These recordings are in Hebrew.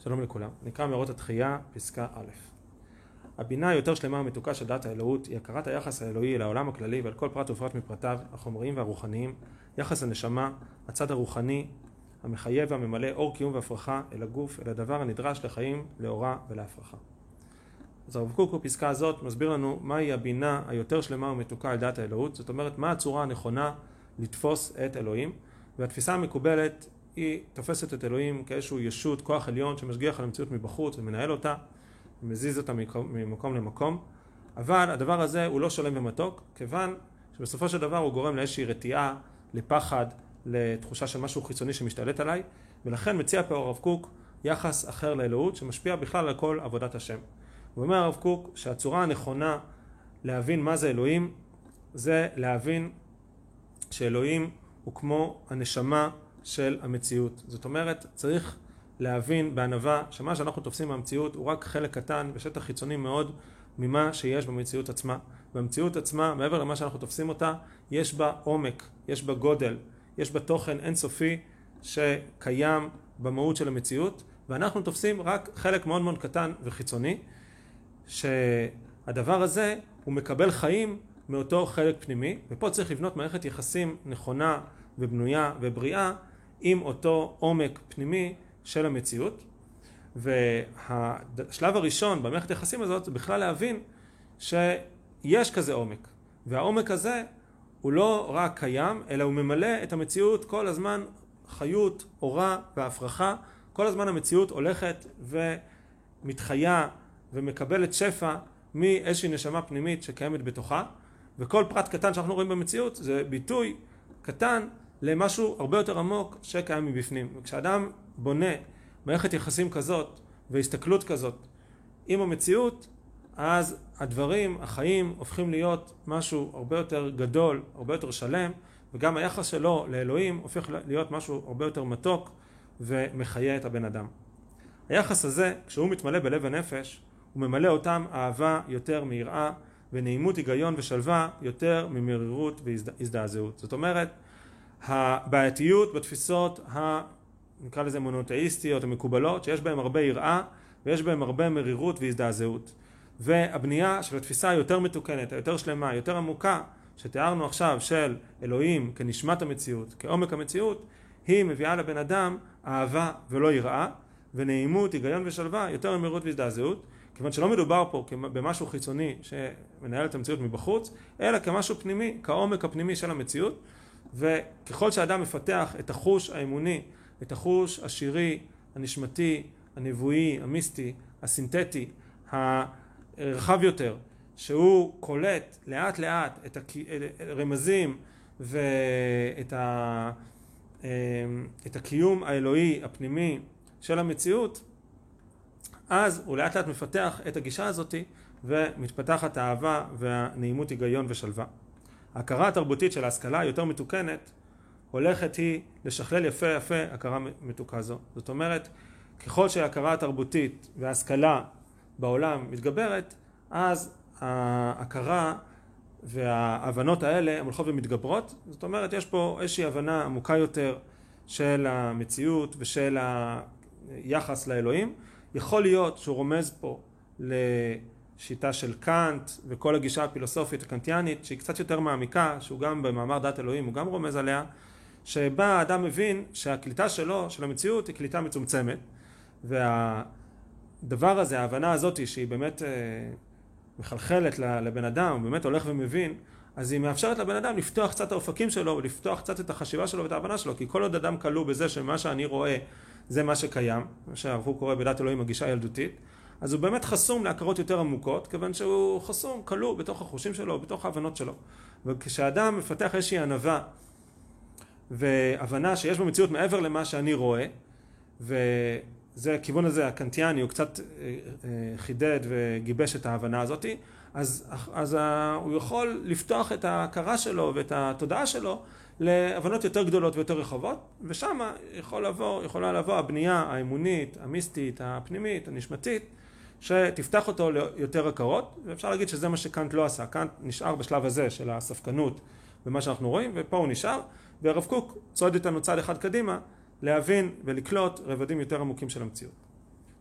שלום לכולם. נקרא מאורות התחייה, פסקה א'. הבינה היותר שלמה ומתוקה של דעת האלוהות היא הכרת היחס האלוהי אל העולם הכללי ועל כל פרט ופרט מפרטיו, החומריים והרוחניים, יחס הנשמה, הצד הרוחני, המחייב והממלא אור קיום והפרחה אל הגוף, אל הדבר הנדרש לחיים, לאורה ולהפרחה. אז הרב קוק בפסקה הזאת מסביר לנו מהי הבינה היותר שלמה ומתוקה על דעת האלוהות, זאת אומרת מה הצורה הנכונה לתפוס את אלוהים, והתפיסה המקובלת היא תופסת את אלוהים כאיזשהו ישות, כוח עליון שמשגיח על המציאות מבחוץ ומנהל אותה, ומזיז אותה ממקום למקום, אבל הדבר הזה הוא לא שלם ומתוק, כיוון שבסופו של דבר הוא גורם לאיזושהי רתיעה, לפחד, לתחושה של משהו חיצוני שמשתלט עליי, ולכן מציע פה הרב קוק יחס אחר לאלוהות שמשפיע בכלל על כל עבודת השם. הוא אומר הרב קוק שהצורה הנכונה להבין מה זה אלוהים, זה להבין שאלוהים הוא כמו הנשמה של המציאות. זאת אומרת, צריך להבין בענווה שמה שאנחנו תופסים מהמציאות הוא רק חלק קטן ושטח חיצוני מאוד ממה שיש במציאות עצמה. במציאות עצמה, מעבר למה שאנחנו תופסים אותה, יש בה עומק, יש בה גודל, יש בה תוכן אינסופי שקיים במהות של המציאות, ואנחנו תופסים רק חלק מאוד מאוד קטן וחיצוני, שהדבר הזה הוא מקבל חיים מאותו חלק פנימי, ופה צריך לבנות מערכת יחסים נכונה ובנויה ובריאה עם אותו עומק פנימי של המציאות. והשלב הראשון במערכת היחסים הזאת זה בכלל להבין שיש כזה עומק, והעומק הזה הוא לא רק קיים, אלא הוא ממלא את המציאות כל הזמן, חיות, אורה והפרחה. כל הזמן המציאות הולכת ומתחיה ומקבלת שפע מאיזושהי נשמה פנימית שקיימת בתוכה, וכל פרט קטן שאנחנו רואים במציאות זה ביטוי קטן למשהו הרבה יותר עמוק שקיים מבפנים. וכשאדם בונה מערכת יחסים כזאת והסתכלות כזאת עם המציאות, אז הדברים, החיים, הופכים להיות משהו הרבה יותר גדול, הרבה יותר שלם, וגם היחס שלו לאלוהים הופך להיות משהו הרבה יותר מתוק ומחיה את הבן אדם. היחס הזה, כשהוא מתמלא בלב הנפש, הוא ממלא אותם אהבה יותר מיראה, ונעימות, היגיון ושלווה יותר ממרירות והזדעזעות. זאת אומרת, הבעייתיות בתפיסות נקרא לזה מונותאיסטיות, המקובלות, שיש בהם הרבה יראה ויש בהם הרבה מרירות והזדעזעות. והבנייה של התפיסה היותר מתוקנת, היותר שלמה, יותר עמוקה, שתיארנו עכשיו של אלוהים כנשמת המציאות, כעומק המציאות, היא מביאה לבן אדם אהבה ולא יראה, ונעימות, היגיון ושלווה יותר ממרירות והזדעזעות, כיוון שלא מדובר פה במשהו חיצוני שמנהל את המציאות מבחוץ, אלא כמשהו פנימי, כעומק הפנימי של המציאות. וככל שאדם מפתח את החוש האמוני, את החוש השירי, הנשמתי, הנבואי, המיסטי, הסינתטי, הרחב יותר, שהוא קולט לאט לאט את הרמזים ואת הקיום האלוהי הפנימי של המציאות, אז הוא לאט לאט מפתח את הגישה הזאת ומתפתחת האהבה והנעימות, היגיון ושלווה. ההכרה התרבותית של ההשכלה היותר מתוקנת הולכת היא לשכלל יפה יפה הכרה מתוקה זו. זאת אומרת, ככל שההכרה התרבותית וההשכלה בעולם מתגברת, אז ההכרה וההבנות האלה הן הולכות ומתגברות. זאת אומרת, יש פה איזושהי הבנה עמוקה יותר של המציאות ושל היחס לאלוהים. יכול להיות שהוא רומז פה לשיטה של קאנט וכל הגישה הפילוסופית הקנטיאנית שהיא קצת יותר מעמיקה, שהוא גם במאמר דת אלוהים הוא גם רומז עליה, שבה האדם מבין שהקליטה שלו, של המציאות, היא קליטה מצומצמת, והדבר הזה, ההבנה הזאת שהיא באמת מחלחלת לבן אדם, הוא באמת הולך ומבין, אז היא מאפשרת לבן אדם לפתוח קצת את האופקים שלו, ולפתוח קצת את החשיבה שלו ואת ההבנה שלו, כי כל עוד אדם כלוא בזה שמה שאני רואה זה מה שקיים, מה שהרב קוק קורא בדת אלוהים הגישה הילדותית, אז הוא באמת חסום להכרות יותר עמוקות, כיוון שהוא חסום, כלוא בתוך החושים שלו, בתוך ההבנות שלו. וכשאדם מפתח איזושהי ענווה והבנה שיש במציאות מעבר למה שאני רואה, וזה הכיוון הזה הקנטיאני, הוא קצת חידד וגיבש את ההבנה הזאת, אז הוא יכול לפתוח את ההכרה שלו ואת התודעה שלו להבנות יותר גדולות ויותר רחבות, ושם יכולה לבוא הבנייה האמונית, המיסטית, הפנימית, הנשמתית, שתפתח אותו ליותר הכרות, ואפשר להגיד שזה מה שקאנט לא עשה. קאנט נשאר בשלב הזה של הספקנות במה שאנחנו רואים, ופה הוא נשאר, והרב קוק צועד איתנו צעד אחד קדימה להבין ולקלוט רבדים יותר עמוקים של המציאות.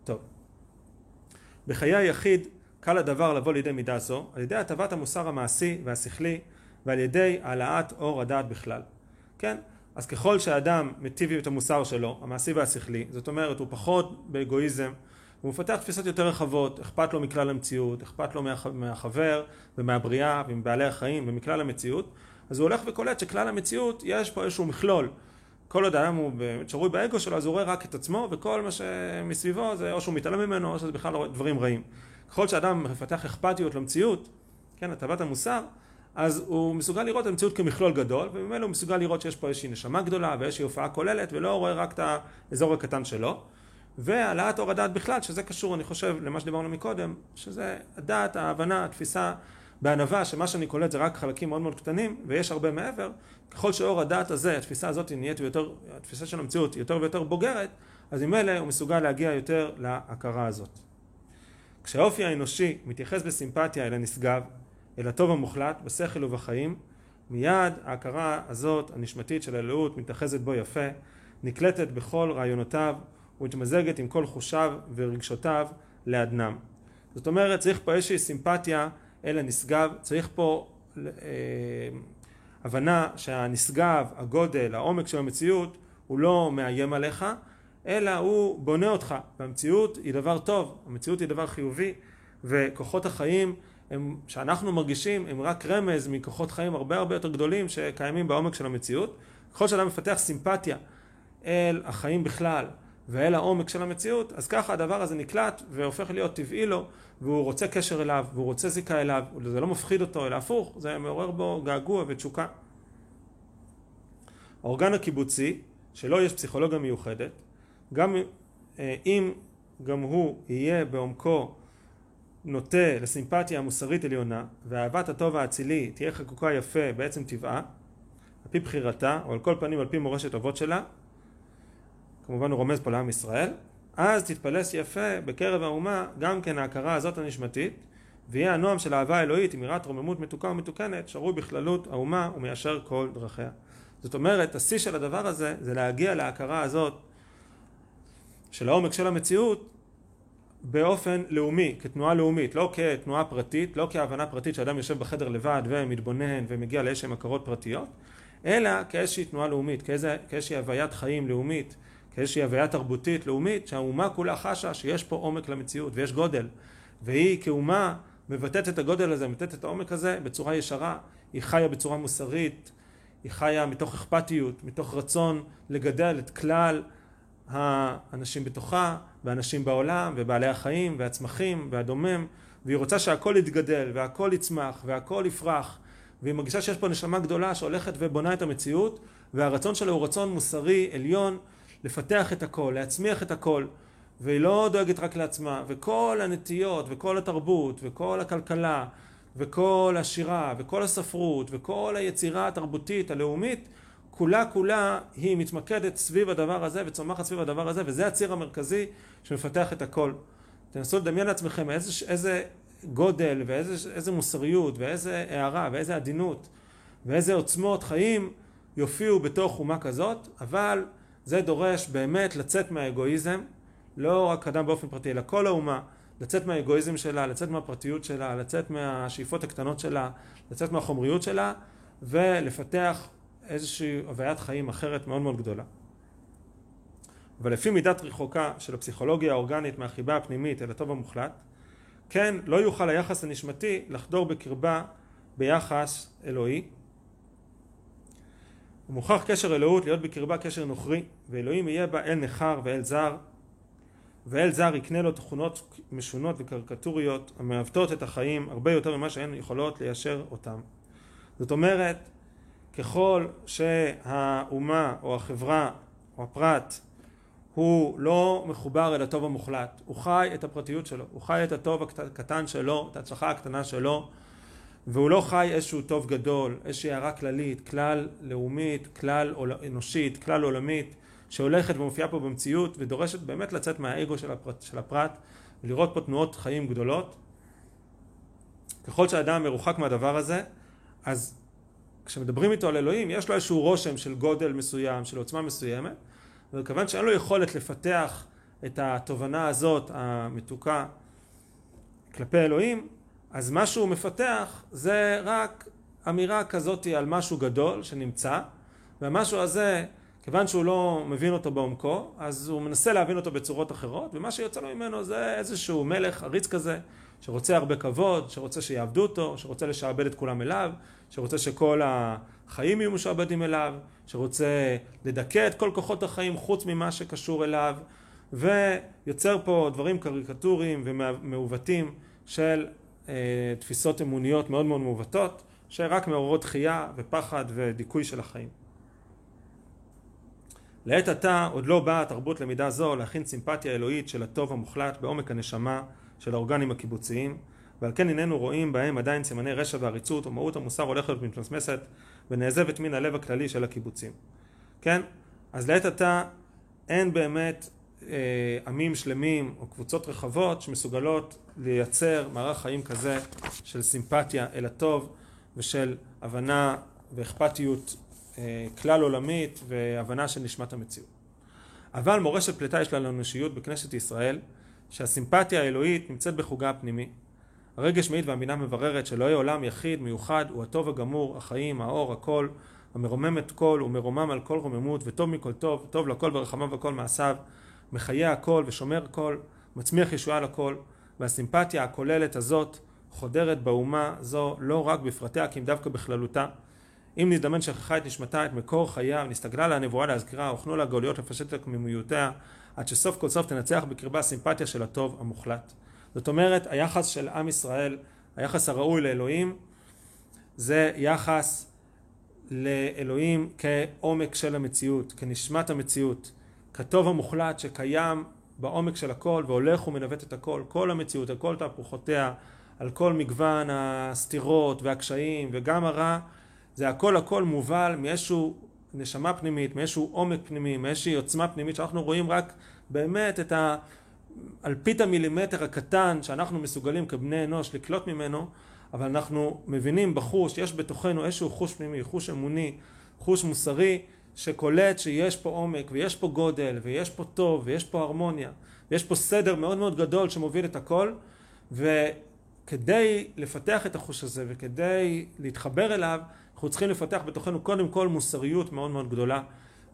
טוב. בחיי היחיד קל הדבר לבוא לידי מידה זו, על ידי הטבת המוסר המעשי והשכלי, ועל ידי העלאת אור הדעת בכלל. כן? אז ככל שהאדם מטיב את המוסר שלו, המעשי והשכלי, זאת אומרת, הוא פחות באגואיזם, הוא מפתח תפיסות יותר רחבות, אכפת לו מכלל המציאות, אכפת לו מהחבר ומהבריאה ומבעלי החיים ומכלל המציאות, אז הוא הולך וקולט שכלל המציאות יש פה איזשהו מכלול. כל עוד האדם הוא שרוי באגו שלו, אז הוא רואה רק את עצמו, וכל מה שמסביבו זה או שהוא מתעלם ממנו, או שזה בכלל דברים רעים. ככל שאדם מפתח אכפתיות למציאות, כן, הטבת המוסר, אז הוא מסוגל לראות את המציאות כמכלול גדול, וממילא הוא מסוגל לראות שיש פה איזושהי נשמה גדולה ואיזושהי הופעה כוללת, ולא רואה רק את האזור הקטן שלו. והעלאת אור הדעת בכלל, שזה קשור, אני חושב, למה שדיברנו מקודם, שזה הדעת, ההבנה, התפיסה בענווה, שמה שאני קולט זה רק חלקים מאוד מאוד קטנים, ויש הרבה מעבר. ככל שאור הדעת הזה, התפיסה הזאת נהיית יותר, התפיסה של המציאות יותר ויותר בוגרת, אז ממילא הוא מסוגל להגיע יותר להכרה הזאת. כשהאופי האנושי מתייחס בסימפתיה אל הנשגב, אל הטוב המוחלט, בשכל ובחיים, מיד ההכרה הזאת, הנשמתית של האלוהות, מתאחזת בו יפה, נקלטת בכל רעיונותיו, ומתמזגת עם כל חושיו ורגשותיו לאדנם. זאת אומרת, צריך פה איזושהי סימפתיה אל הנשגב, צריך פה הבנה שהנשגב, הגודל, העומק של המציאות, הוא לא מאיים עליך, אלא הוא בונה אותך. והמציאות היא דבר טוב, המציאות היא דבר חיובי, וכוחות החיים שאנחנו מרגישים הם רק רמז מכוחות חיים הרבה הרבה יותר גדולים שקיימים בעומק של המציאות. ככל שאדם מפתח סימפתיה אל החיים בכלל ואל העומק של המציאות, אז ככה הדבר הזה נקלט והופך להיות טבעי לו, והוא רוצה קשר אליו, והוא רוצה זיקה אליו, זה לא מפחיד אותו, אלא הפוך, זה מעורר בו געגוע ותשוקה. האורגן הקיבוצי, שלו יש פסיכולוגיה מיוחדת, גם אם גם הוא יהיה בעומקו נוטה לסימפתיה המוסרית עליונה, ואהבת הטוב האצילי תהיה חקוקה יפה בעצם טבעה, על פי בחירתה, או על כל פנים על פי מורשת אבות שלה, כמובן הוא רומז פה לעם ישראל, אז תתפלס יפה בקרב האומה גם כן ההכרה הזאת הנשמתית, ויהיה הנועם של האהבה האלוהית עם יראת רוממות מתוקה ומתוקנת, שרוי בכללות האומה ומיישר כל דרכיה. זאת אומרת, השיא של הדבר הזה זה להגיע להכרה הזאת של העומק של המציאות באופן לאומי, כתנועה לאומית, לא כתנועה פרטית, לא כהבנה פרטית שאדם יושב בחדר לבד ומתבונן ומגיע לאיזשהם הכרות פרטיות, אלא כאיזושהי תנועה לאומית, כאיזושהי הוויית חיים לאומית, כאיזושהי הוויה תרבותית לאומית, שהאומה כולה חשה שיש פה עומק למציאות ויש גודל, והיא כאומה מבטאת את הגודל הזה, מבטאת את העומק הזה בצורה ישרה, היא חיה בצורה מוסרית, היא חיה מתוך אכפתיות, מתוך רצון לגדל את כלל האנשים בתוכה, והאנשים בעולם, ובעלי החיים, והצמחים, והדומם, והיא רוצה שהכל יתגדל, והכל יצמח, והכל יפרח, והיא מרגישה שיש פה נשמה גדולה שהולכת ובונה את המציאות, והרצון שלה הוא רצון מוסרי, עליון, לפתח את הכל, להצמיח את הכל, והיא לא דואגת רק לעצמה, וכל הנטיות, וכל התרבות, וכל הכלכלה, וכל השירה, וכל הספרות, וכל היצירה התרבותית, הלאומית, כולה היא מתמקדת סביב הדבר הזה וצומחת סביב הדבר הזה, וזה הציר המרכזי שמפתח את הכל. תנסו לדמיין לעצמכם איזה גודל ואיזה מוסריות ואיזה הערה ואיזה עדינות ואיזה עוצמות חיים יופיעו בתוך אומה כזאת, אבל זה דורש באמת לצאת מהאגואיזם, לא רק אדם באופן פרטי, אלא כל האומה, לצאת מהאגואיזם שלה, לצאת מהפרטיות שלה, לצאת מהשאיפות הקטנות שלה, לצאת מהחומריות שלה, ולפתח איזושהי הוויית חיים אחרת מאוד מאוד גדולה. אבל לפי מידת רחוקה של הפסיכולוגיה האורגנית מהחיבה הפנימית אל הטוב המוחלט, כן, לא יוכל היחס הנשמתי לחדור בקרבה ביחס אלוהי. ומוכרח קשר אלוהות להיות בקרבה קשר נוכרי, ואלוהים יהיה בה אל נחר ואל זר, ואל זר יקנה לו תכונות משונות וקריקטוריות המעוותות את החיים הרבה יותר ממה שהן יכולות ליישר אותם. זאת אומרת, ככל שהאומה או החברה או הפרט הוא לא מחובר אל הטוב המוחלט, הוא חי את הפרטיות שלו, הוא חי את הטוב הקטן שלו, את ההצלחה הקטנה שלו, והוא לא חי איזשהו טוב גדול, איזושהי הערה כללית, כלל לאומית, כלל אנושית, כלל עולמית, שהולכת ומופיעה פה במציאות ודורשת באמת לצאת מהאגו של הפרט ולראות פה תנועות חיים גדולות. ככל שהאדם מרוחק מהדבר הזה, אז כשמדברים איתו על אלוהים, יש לו איזשהו רושם של גודל מסוים, של עוצמה מסוימת, וכיוון שאין לו יכולת לפתח את התובנה הזאת המתוקה כלפי אלוהים, אז מה שהוא מפתח זה רק אמירה כזאת על משהו גדול שנמצא, והמשהו הזה, כיוון שהוא לא מבין אותו בעומקו, אז הוא מנסה להבין אותו בצורות אחרות, ומה שיוצא לו ממנו זה איזשהו מלך עריץ כזה, שרוצה הרבה כבוד, שרוצה שיעבדו אותו, שרוצה לשעבד את כולם אליו, שרוצה שכל החיים יהיו משעבדים אליו, שרוצה לדכא את כל כוחות החיים חוץ ממה שקשור אליו, ויוצר פה דברים קריקטוריים ומעוותים של תפיסות אמוניות מאוד מאוד מעוותות, שרק מעוררות דחייה ופחד ודיכוי של החיים. לעת עתה עוד לא באה תרבות למידה זו להכין סימפתיה אלוהית של הטוב המוחלט בעומק הנשמה של האורגנים הקיבוציים, ועל כן איננו רואים בהם עדיין סימני רשע ועריצות, ומהות המוסר הולכת מתמסמסת ונעזבת מן הלב הכללי של הקיבוצים. כן? אז לעת עתה אין באמת עמים שלמים או קבוצות רחבות שמסוגלות לייצר מערך חיים כזה של סימפתיה אל הטוב ושל הבנה ואכפתיות כלל עולמית והבנה של נשמת המציאות. אבל מורשת פלטה יש לה לאנושיות בכנסת ישראל, שהסימפתיה האלוהית נמצאת בחוגה הפנימי. הרגש מעיד והמינה מבררת שאלוהי עולם יחיד, מיוחד, הוא הטוב הגמור, החיים, האור, הכל, המרומם את כל ומרומם על כל רוממות, וטוב מכל טוב, טוב לכל ברחמיו וכל מעשיו, מחיה הכל ושומר הכל, מצמיח ישועה לכל, והסימפתיה הכוללת הזאת חודרת באומה זו לא רק בפרטיה כי אם דווקא בכללותה. אם נזדמן שכחה את נשמתה, את מקור חייה, ונסתגלה לה הנבואה להזכירה, הוכנו לה גאוליות לפשט את קמימיותיה, עד שסוף כל סוף תנצח בקרבה הסימפתיה של הטוב המוחלט. זאת אומרת, היחס של עם ישראל, היחס הראוי לאלוהים, זה יחס לאלוהים כעומק של המציאות, כנשמת המציאות, כטוב המוחלט שקיים בעומק של הכל והולך ומנווט את הכל, כל המציאות, על כל תהפוכותיה, על כל מגוון הסתירות והקשיים וגם הרע, זה הכל מובל מאיזשהו נשמה פנימית, מאיזשהו עומק פנימי, מאיזושהי עוצמה פנימית שאנחנו רואים רק באמת את אלפית המילימטר הקטן שאנחנו מסוגלים כבני אנוש לקלוט ממנו, אבל אנחנו מבינים בחוש, יש בתוכנו איזשהו חוש פנימי, חוש אמוני, חוש מוסרי, שקולט שיש פה עומק ויש פה גודל ויש פה טוב ויש פה הרמוניה ויש פה סדר מאוד מאוד גדול שמוביל את הכל, וכדי לפתח את החוש הזה וכדי להתחבר אליו אנחנו צריכים לפתח בתוכנו קודם כל מוסריות מאוד מאוד גדולה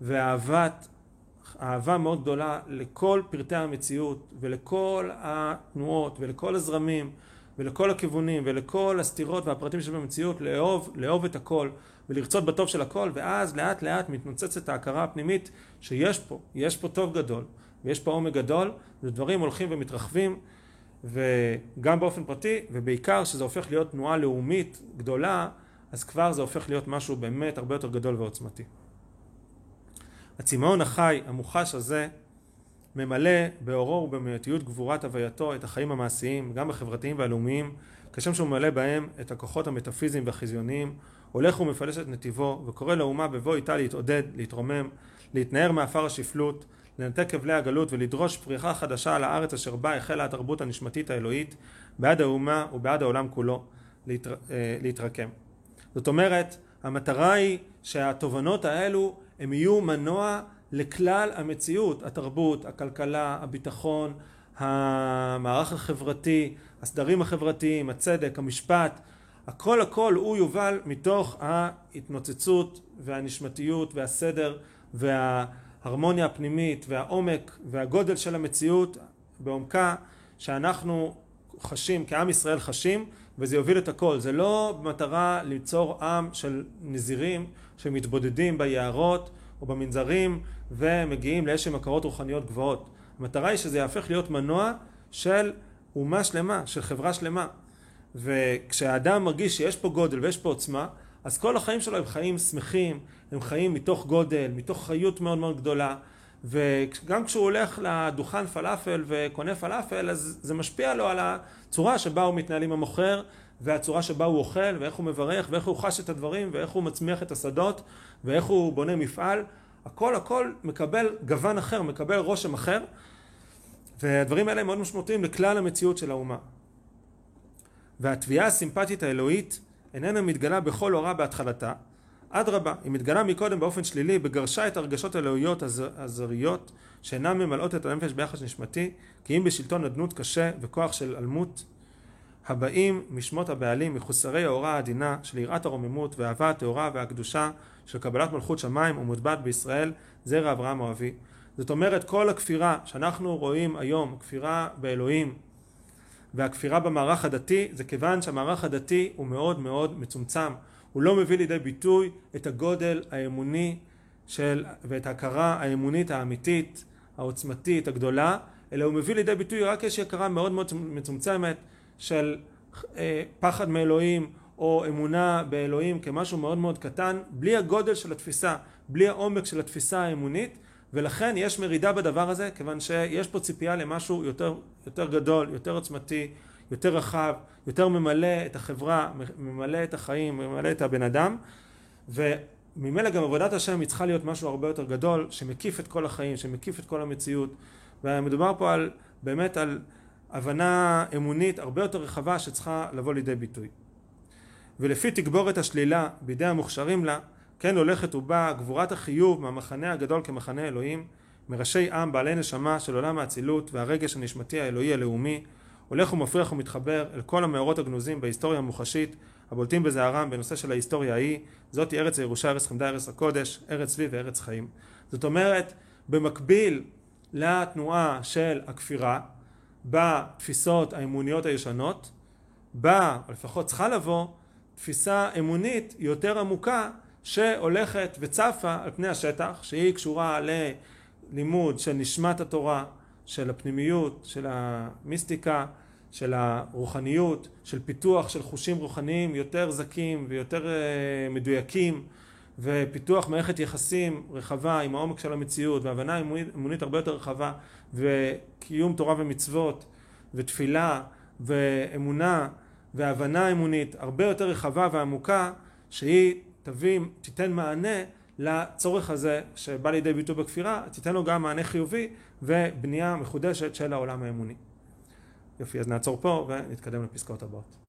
אהבה מאוד גדולה לכל פרטי המציאות ולכל התנועות ולכל הזרמים ולכל הכיוונים ולכל הסתירות והפרטים שבמציאות, לאהוב את הכל ולרצות בטוב של הכל, ואז לאט לאט מתנוצצת ההכרה הפנימית שיש פה טוב גדול ויש פה עומק גדול, ודברים הולכים ומתרחבים, וגם באופן פרטי, ובעיקר שזה הופך להיות תנועה לאומית גדולה, אז כבר זה הופך להיות משהו באמת הרבה יותר גדול ועוצמתי. הצמאון החי, המוחש הזה, ממלא באורו ובמיעוטיות גבורת הווייתו את החיים המעשיים, גם החברתיים והלאומיים, כשם שהוא ממלא בהם את הכוחות המטאפיזיים והחיזיוניים, הולך ומפלש את נתיבו, וקורא לאומה בבוא איתה להתעודד, להתרומם, להתנער מאפר השפלות, לנתק כבלי הגלות ולדרוש פריחה חדשה על הארץ אשר בה החלה התרבות הנשמתית האלוהית, בעד האומה ובעד העולם כולו, להתרקם. זאת אומרת, המטרה היא שהתובנות האלו הם יהיו מנוע לכלל המציאות, התרבות, הכלכלה, הביטחון, המערך החברתי, הסדרים החברתיים, הצדק, המשפט, הכל הוא יובל מתוך ההתנוצצות והנשמתיות והסדר וההרמוניה הפנימית והעומק והגודל של המציאות בעומקה שאנחנו חשים, כעם ישראל חשים, וזה יוביל את הכל. זה לא במטרה ליצור עם של נזירים שמתבודדים ביערות או במנזרים ומגיעים לאיזשהם הכרות רוחניות גבוהות. המטרה היא שזה יהפך להיות מנוע של אומה שלמה, של חברה שלמה. וכשהאדם מרגיש שיש פה גודל ויש פה עוצמה, אז כל החיים שלו הם חיים שמחים, הם חיים מתוך גודל, מתוך חיות מאוד מאוד גדולה, וגם כשהוא הולך לדוכן פלאפל וקונה פלאפל, אז זה משפיע לו על הצורה שבה הוא מתנהל עם המוכר, והצורה שבה הוא אוכל, ואיך הוא מברך, ואיך הוא חש את הדברים, ואיך הוא מצמיח את השדות, ואיך הוא בונה מפעל. הכל מקבל גוון אחר, מקבל רושם אחר, והדברים האלה הם מאוד משמעותיים לכלל המציאות של האומה. והתביעה הסימפטית האלוהית איננה מתגלה בכל אורה בהתחלתה, אדרבה, היא מתגלה מקודם באופן שלילי, בגרשה את הרגשות האלוהיות הזריות, שאינן ממלאות את הנפש ביחס נשמתי, כי אם בשלטון אדנות קשה וכוח של אלמות, הבאים משמות הבעלים, מחוסרי ההוראה העדינה של יראת הרוממות והאהבה הטהורה והקדושה של קבלת מלכות שמיים ומוטבעת בישראל, זרע אברהם אוהבי. זאת אומרת, כל הכפירה שאנחנו רואים היום, כפירה באלוהים והכפירה במערך הדתי, זה כיוון שהמערך הדתי הוא מאוד מאוד מצומצם. הוא לא מביא לידי ביטוי את הגודל האמוני ואת ההכרה האמונית האמיתית, העוצמתית, הגדולה, אלא הוא מביא לידי ביטוי רק יש הכרה מאוד מאוד מצומצמת של פחד מאלוהים או אמונה באלוהים כמשהו מאוד מאוד קטן, בלי הגודל של התפיסה, בלי העומק של התפיסה האמונית, ולכן יש מרידה בדבר הזה, כיוון שיש פה ציפייה למשהו יותר גדול, יותר עוצמתי, יותר רחב, יותר ממלא את החברה, ממלא את החיים, ממלא את הבן אדם, וממילא גם עבודת השם היא צריכה להיות משהו הרבה יותר גדול, שמקיף את כל החיים, שמקיף את כל המציאות, ומדובר פה באמת על הבנה אמונית הרבה יותר רחבה שצריכה לבוא לידי ביטוי. ולפי תגבורת השלילה בידי המוכשרים לה, כן הולכת ובאה גבורת החיוב מהמחנה הגדול כמחנה אלוהים, מראשי עם בעלי נשמה של עולם האצילות והרגש הנשמתי האלוהי הלאומי, הולך ומפריח ומתחבר אל כל המאורות הגנוזים בהיסטוריה המוחשית, הבולטים בזערם בנושא של ההיסטוריה ההיא, זאת היא ארץ הירושה, ארץ חמדה, ארץ הקודש, ארץ צבי וארץ חיים. זאת אומרת, במקביל לתנועה של הכפירה, בתפיסות האמוניות הישנות, או לפחות צריכה לבוא, תפיסה אמונית יותר עמוקה שהולכת וצפה על פני השטח, שהיא קשורה ללימוד של נשמת התורה, של הפנימיות, של המיסטיקה, של הרוחניות, של פיתוח של חושים רוחניים יותר זקים ויותר מדויקים, ופיתוח מערכת יחסים רחבה עם העומק של המציאות, והבנה אמונית הרבה יותר רחבה, וקיום תורה ומצוות, ותפילה, ואמונה, והבנה אמונית הרבה יותר רחבה ועמוקה, שהיא תיתן מענה לצורך הזה שבא לידי ביטוי בכפירה, תיתן לו גם מענה חיובי ובנייה מחודשת של העולם האמוני. יופי, אז נעצור פה ונתקדם לפסקאות הבאות.